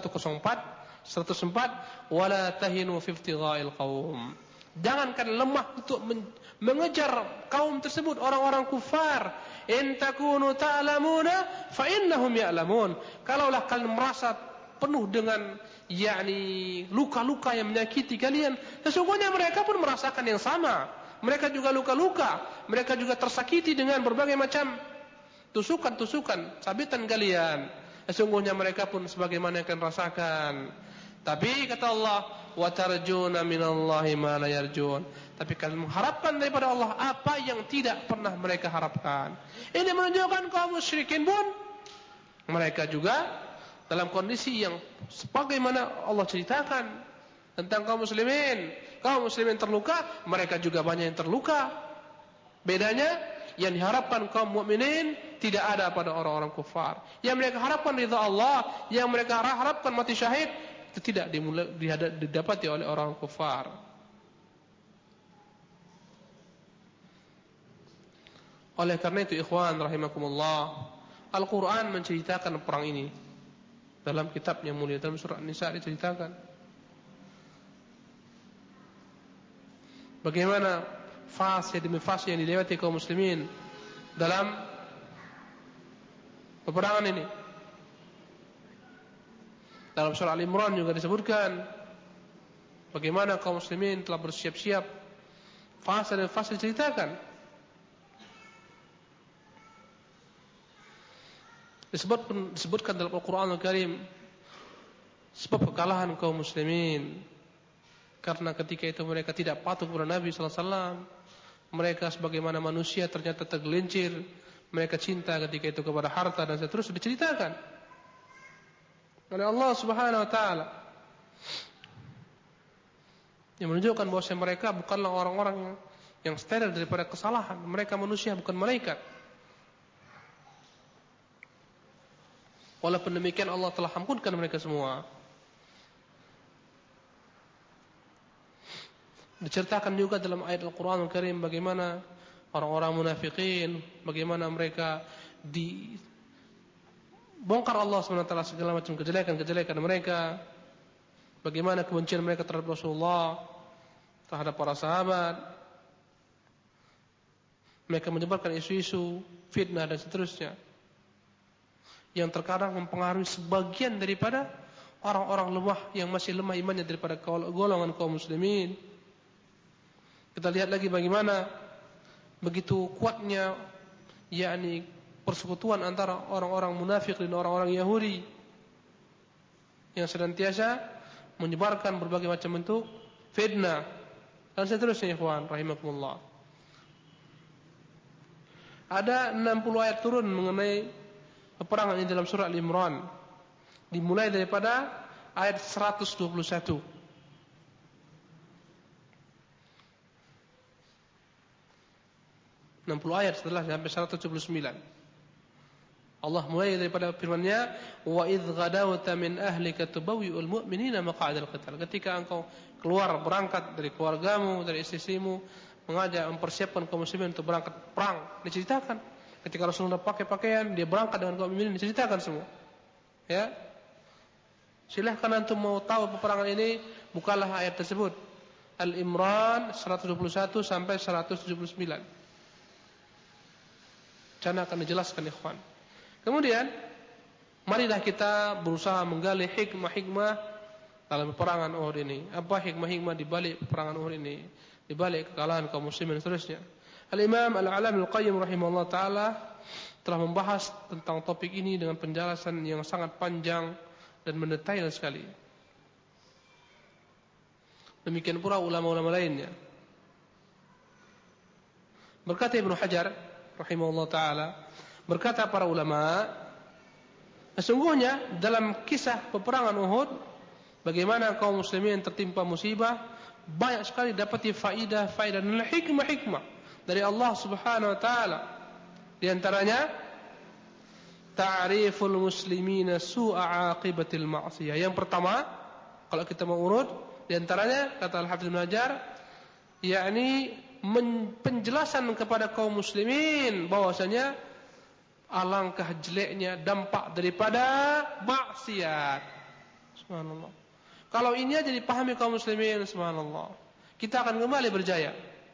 104, wala tahinu fi ibtigha'il qaum. Jangankan lemah untuk mengejar kaum tersebut, orang-orang kufar. In takunu ta'lamuna fa innahum ya'lamun. Kalaulah kalian merasa penuh dengan luka-luka yang menyakiti kalian, sesungguhnya mereka pun merasakan yang sama. Mereka juga luka-luka, mereka juga tersakiti dengan berbagai macam tusukan-tusukan, sabitan kalian. Sesungguhnya mereka pun sebagaimana yang kalian rasakan. Tapi kata Allah, wa tarjuna minallahi ma la yarjun. Tapi kalian mengharapkan daripada Allah apa yang tidak pernah mereka harapkan. Ini menunjukkan kaum musyrikin pun mereka juga dalam kondisi yang sebagaimana Allah ceritakan tentang kaum muslimin. Kaum muslimin terluka, mereka juga banyak yang terluka. Bedanya, yang diharapkan kaum mukminin tidak ada pada orang-orang kufar. Yang mereka harapkan ridha Allah, yang mereka harapkan mati syahid, itu tidak didapati oleh orang kufar. Oleh karena itu, ikhwan rahimakumullah, Al-Quran menceritakan perang ini dalam kitab yang mulia, dalam surah An-Nisa diceritakan bagaimana fase demi fase yang dilewati kaum muslimin dalam peperangan ini. Dalam surah Al-Imran juga disebutkan bagaimana kaum muslimin telah bersiap-siap. Fase dan fase diceritakan. Disebutkan dalam Al-Quran Al-Karim sebab kekalahan kaum muslimin karena ketika itu mereka tidak patuh kepada Nabi sallallahu alaihi wasallam. Mereka sebagaimana manusia ternyata tergelincir. Mereka cinta ketika itu kepada harta dan seterusnya, diceritakan oleh Allah Subhanahu wa taala. Yang menunjukkan bahwa mereka bukanlah orang-orang yang steril daripada kesalahan. Mereka manusia, bukan malaikat. Walaupun demikian Allah telah ampunkan mereka semua. Diceritakan juga dalam ayat Al-Quran Al-Karim bagaimana orang-orang munafikin, bagaimana mereka dibongkar Allah SWT segala macam kejelekan-kejelekan mereka, bagaimana kebencian mereka terhadap Rasulullah, terhadap para sahabat. Mereka menyebarkan isu-isu fitnah dan seterusnya, yang terkadang mempengaruhi sebagian daripada orang-orang lemah yang masih lemah imannya daripada golongan kaum muslimin. Kita lihat lagi bagaimana begitu kuatnya persekutuan antara orang-orang munafik dan orang-orang Yahudi yang senantiasa menyebarkan berbagai macam bentuk fitnah dan seterusnya. Ikhwan rahimakumullah. Ada 60 ayat turun mengenai peperangan ini dalam surah Al-Imran, dimulai daripada ayat 121. Ayat setelah sampai 179. Allah mulai daripada firman-Nya, wa idz ghadawta min ahlika tubawwi'ul mu'minina maq'adal qital. Ketika engkau keluar berangkat dari keluargamu, dari istrimu, mengajak mempersiapkan kaum muslimin untuk berangkat perang, diceritakan. Ketika Rasulullah pakai pakaian, dia berangkat dengan kaum muslimin, diceritakan semua. Ya. Silahkan antum mau tahu peperangan ini, bukalah ayat tersebut. Al-Imran 121 sampai 179. Cara akan dijelaskan ikhwan. Kemudian marilah kita berusaha menggali hikmah-hikmah dalam peperangan Uhud ini. Apa hikmah-hikmah di balik peperangan Uhud ini, di balik kekalahan kaum muslimin dan seterusnya. Al-Imam Al-Alam Al-Qayyim rahimahullah taala telah membahas tentang topik ini dengan penjelasan yang sangat panjang dan mendetail sekali. Demikian pula ulama-ulama lainnya. Berkata Ibnu Hajar rahimahullah taala, berkata para ulama, sesungguhnya dalam kisah peperangan Uhud, bagaimana kaum muslimin tertimpa musibah, banyak sekali dapati faidah dan hikmah-hikmah dari Allah Subhanahu wa taala. Di antaranya ta'riful muslimina su'a aqibatil ma'siyah. Yang pertama, kalau kita mau urut, di antaranya kata Al-Hafidz Ibnu Hajar, yakni penjelasan kepada kaum muslimin bahwasanya alangkah jeleknya dampak daripada maksiat. Subhanallah. Kalau ini aja dipahami kaum muslimin, subhanallah, kita akan kembali berjaya.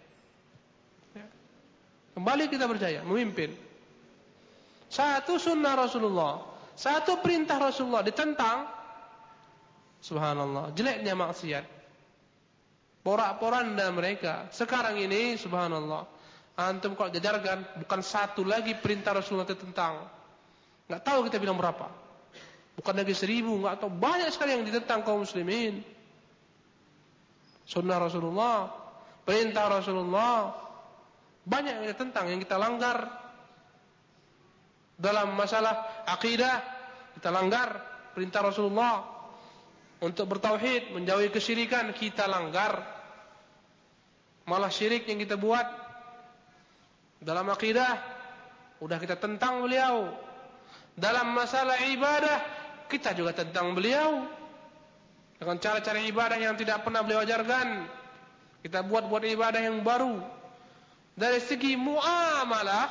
Kembali kita berjaya, memimpin. Satu sunnah Rasulullah, satu perintah Rasulullah ditentang, subhanallah, jeleknya maksiat. Porak-poranda mereka. Sekarang ini, subhanallah, antum kalau jajarkan, bukan satu lagi perintah Rasulullah ditentang. Nggak tahu kita bilang berapa. Bukan lagi 1000, nggak tahu. Banyak sekali yang ditentang kaum muslimin. Sunnah Rasulullah, perintah Rasulullah, banyak yang ditentang, yang kita langgar. Dalam masalah akidah, kita langgar perintah Rasulullah. Untuk bertauhid, menjauhi kesyirikan, kita langgar. Malah syirik yang kita buat dalam akidah, udah kita tentang beliau. Dalam masalah ibadah, kita juga tentang beliau. Dengan cara-cara ibadah yang tidak pernah beliau ajarkan, kita buat ibadah yang baru. Dari segi muamalah,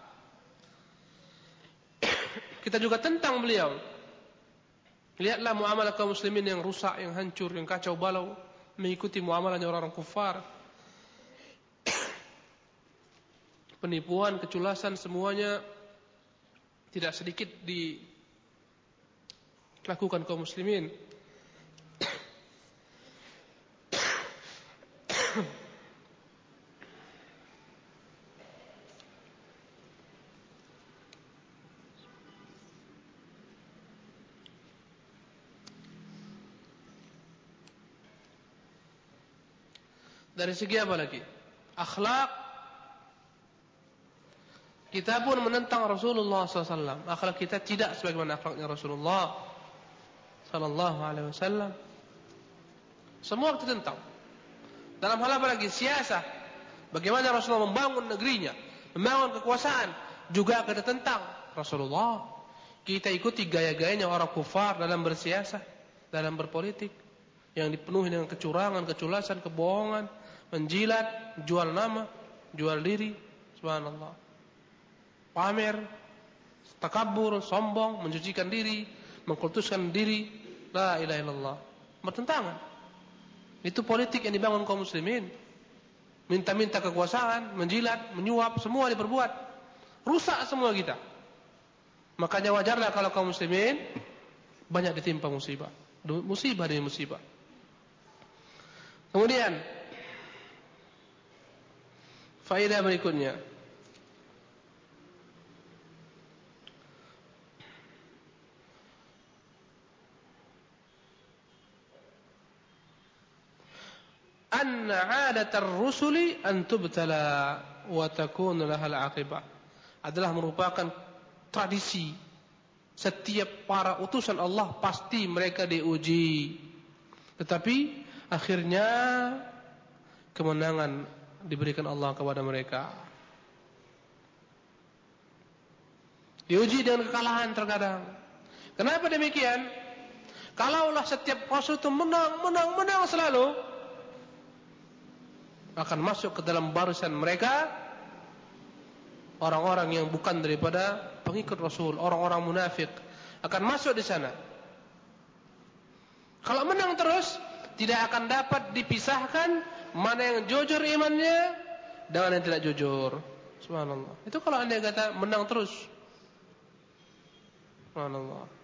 kita juga tentang beliau. Lihatlah muamalah kaum muslimin yang rusak, yang hancur, yang kacau balau, mengikuti muamalahnya orang-orang kufar. Penipuan, keculasan, semuanya tidak sedikit dilakukan kaum muslimin. Dari segi apa lagi? Akhlak, kita pun menentang Rasulullah SAW. Akhlak kita tidak sebagaimana akhlaknya Rasulullah SAW. Semua kita tentang. Dalam hal apa lagi? Siasah. Bagaimana Rasulullah membangun negerinya, membangun kekuasaan, juga kita tentang Rasulullah. Kita ikuti gaya-gayanya orang kufar dalam bersiasah, dalam berpolitik, yang dipenuhi dengan kecurangan, keculasan, kebohongan, menjilat, jual nama, jual diri, subhanallah, pamer, takabur, sombong, mencucikan diri, mengkultuskan diri, la ilaha illallah, bertentangan. Itu politik yang dibangun kaum muslimin. Minta-minta kekuasaan, menjilat, menyuap, semua diperbuat. Rusak semua kita. Makanya wajarlah kalau kaum muslimin banyak ditimpa musibah. Musibah demi musibah. Kemudian faedah berikutnya, anna 'adatar rusuli an tubtala wa takunu lahal 'aqibah. Adalah merupakan tradisi setiap para utusan Allah pasti mereka diuji. Tetapi akhirnya kemenangan diberikan Allah kepada mereka. Diuji dengan kekalahan terkadang. Kenapa demikian? Kalaulah setiap rasul itu menang selalu, akan masuk ke dalam barisan mereka orang-orang yang bukan daripada pengikut Rasul, orang-orang munafik akan masuk di sana. Kalau menang terus, tidak akan dapat dipisahkan mana yang jujur imannya dengan yang tidak jujur. Subhanallah. Itu kalau Anda kata menang terus. Subhanallah.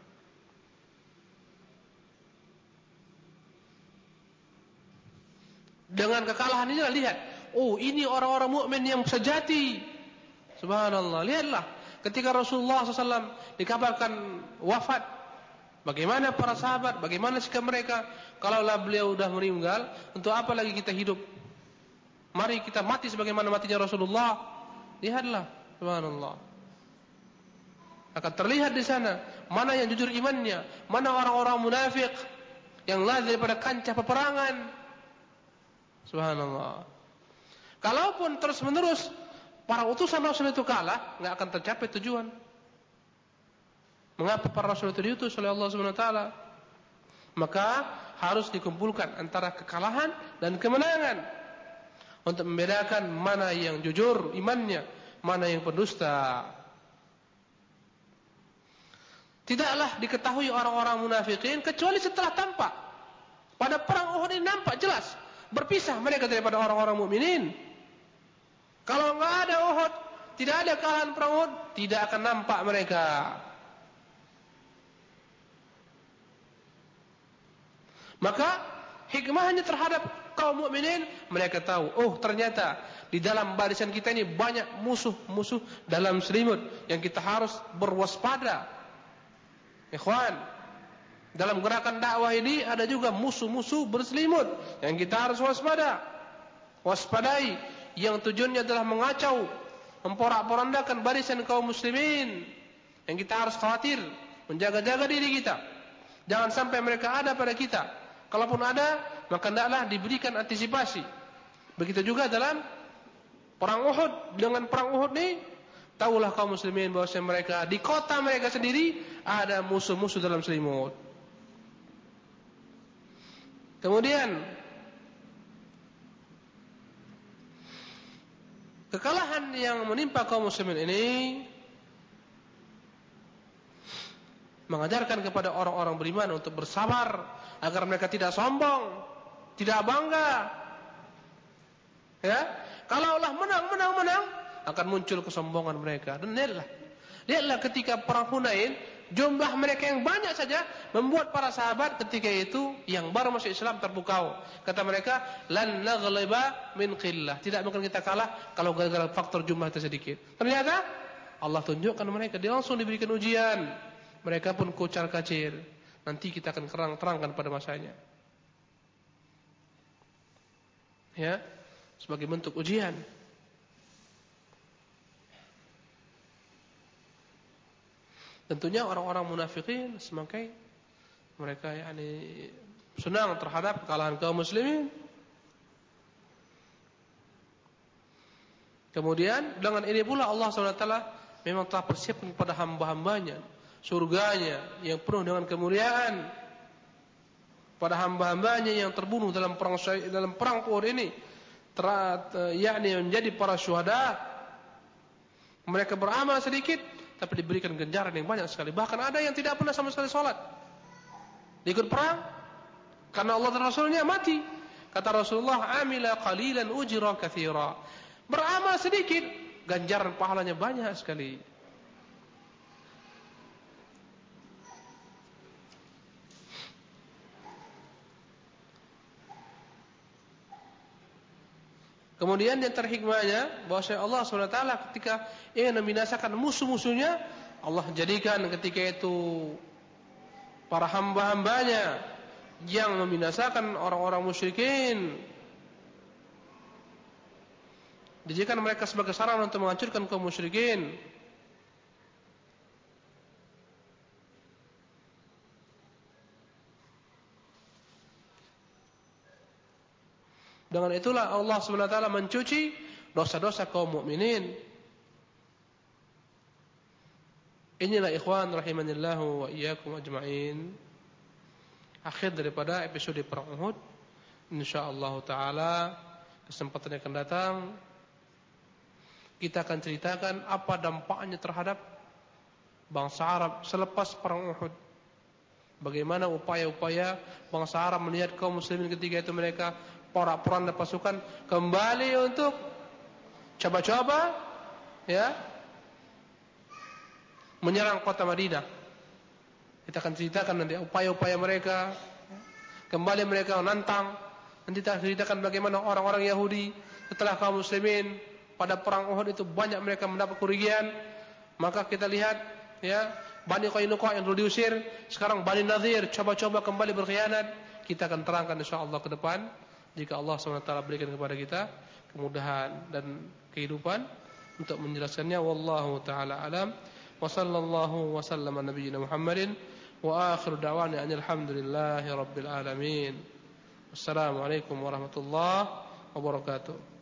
Dengan kekalahan ini lihat, oh ini orang-orang mukmin yang sejati. Subhanallah. Lihatlah ketika Rasulullah SAW dikabarkan wafat, bagaimana para sahabat, bagaimana sikap mereka. Kalaulah beliau sudah meninggal, untuk apa lagi kita hidup? Mari kita mati sebagaimana matinya Rasulullah. Lihatlah, subhanallah. Akan terlihat di sana mana yang jujur imannya, mana orang-orang munafik yang lari daripada kancah peperangan. Subhanallah. Kalaupun terus-menerus para utusan Rasul itu kalah, enggak akan tercapai tujuan. Mengapa para Rasul itu diutus oleh Allah Subhanahu wa taala? Maka harus dikumpulkan antara kekalahan dan kemenangan untuk membedakan mana yang jujur imannya, mana yang pendusta. Tidaklah diketahui orang-orang munafikin kecuali setelah tampak. Pada perang Uhud ini nampak jelas berpisah mereka daripada orang-orang mukminin. Kalau enggak ada Uhud, tidak ada kekalahan perang Uhud, tidak akan nampak mereka. Maka hikmahnya terhadap kaum mukminin, mereka tahu, oh ternyata di dalam barisan kita ini banyak musuh-musuh dalam selimut yang kita harus berwaspada. Ikhwan, dalam gerakan dakwah ini ada juga musuh-musuh berselimut yang kita harus waspadai, yang tujuannya adalah mengacau, memporak-porandakan barisan kaum muslimin. Yang kita harus khawatir, menjaga-jaga diri kita, jangan sampai mereka ada pada kita. Kalaupun ada, maka hendaklah diberikan antisipasi. Begitu juga dalam perang Uhud. Dengan perang Uhud ini, tahulah kaum muslimin bahwa mereka di kota mereka sendiri ada musuh-musuh dalam selimut. Kemudian kekalahan yang menimpa kaum muslimin ini mengajarkan kepada orang-orang beriman untuk bersabar agar mereka tidak sombong, tidak bangga. Ya, kalaulah menang akan muncul kesombongan mereka. Dan lihatlah ketika perang Hunain, jumlah mereka yang banyak saja membuat para sahabat ketika itu yang baru masuk Islam terpukau. Kata mereka, lan naghliba min qillah. Tidak mungkin kita kalah kalau gara-gara faktor jumlah itu sedikit. Ternyata Allah tunjukkan mereka, dia langsung diberikan ujian. Mereka pun kocar-kacir. Nanti kita akan terangkan pada masanya. Ya, sebagai bentuk ujian. Tentunya orang-orang munafikin semakin mereka senang terhadap kekalahan kaum muslimin. Kemudian dengan ini pula Allah SWT memang telah persiapkan kepada hamba-hambanya surganya yang penuh dengan kemuliaan. Pada hamba-hambanya yang terbunuh dalam perang Uhud ini, yakni menjadi para syuhada, mereka beramal sedikit tapi diberikan ganjaran yang banyak sekali. Bahkan ada yang tidak pernah sama sekali sholat, ikut perang karena Allah dan Rasulnya mati. Kata Rasulullah, amila qalilan ujra katsira. Beramal sedikit, ganjaran pahalanya banyak sekali. Kemudian yang terhikmahnya bahwa Allah SWT ketika ingin membinasakan musuh-musuhnya, Allah jadikan ketika itu para hamba-hambanya yang membinasakan orang-orang musyrikin. Dijadikan mereka sebagai sarana untuk menghancurkan kaum musyrikin. Dengan itulah Allah Subhanahu wa taala mencuci dosa-dosa kaum mukminin. Inilah ikhwan rahimanillahu wa iyyakum ajma'in. Akhir daripada episode perang Uhud. Insyaallah taala kesempatan yang akan datang kita akan ceritakan apa dampaknya terhadap bangsa Arab selepas perang Uhud. Bagaimana upaya-upaya bangsa Arab melihat kaum muslimin ketika itu mereka porak-poranda pasukan kembali untuk coba-coba ya menyerang kota Madinah. Kita akan ceritakan nanti upaya-upaya mereka, kembali mereka menantang. Nanti kita ceritakan bagaimana orang-orang Yahudi setelah kaum muslimin pada perang Uhud itu banyak mereka mendapat kerugian. Maka kita lihat ya, Bani Qainuqa yang dulu diusir, sekarang Bani Nadir coba-coba kembali berkhianat. Kita akan terangkan insyaallah ke depan jika Allah SWT berikan kepada kita kemudahan dan kehidupan untuk menjelaskannya. Wallahu taala alam. Wa sallallahu wa sallama nabiyyina Muhammadin wa akhiru da'wana alhamdulillahi rabbil alamin. Assalamualaikum warahmatullahi wabarakatuh.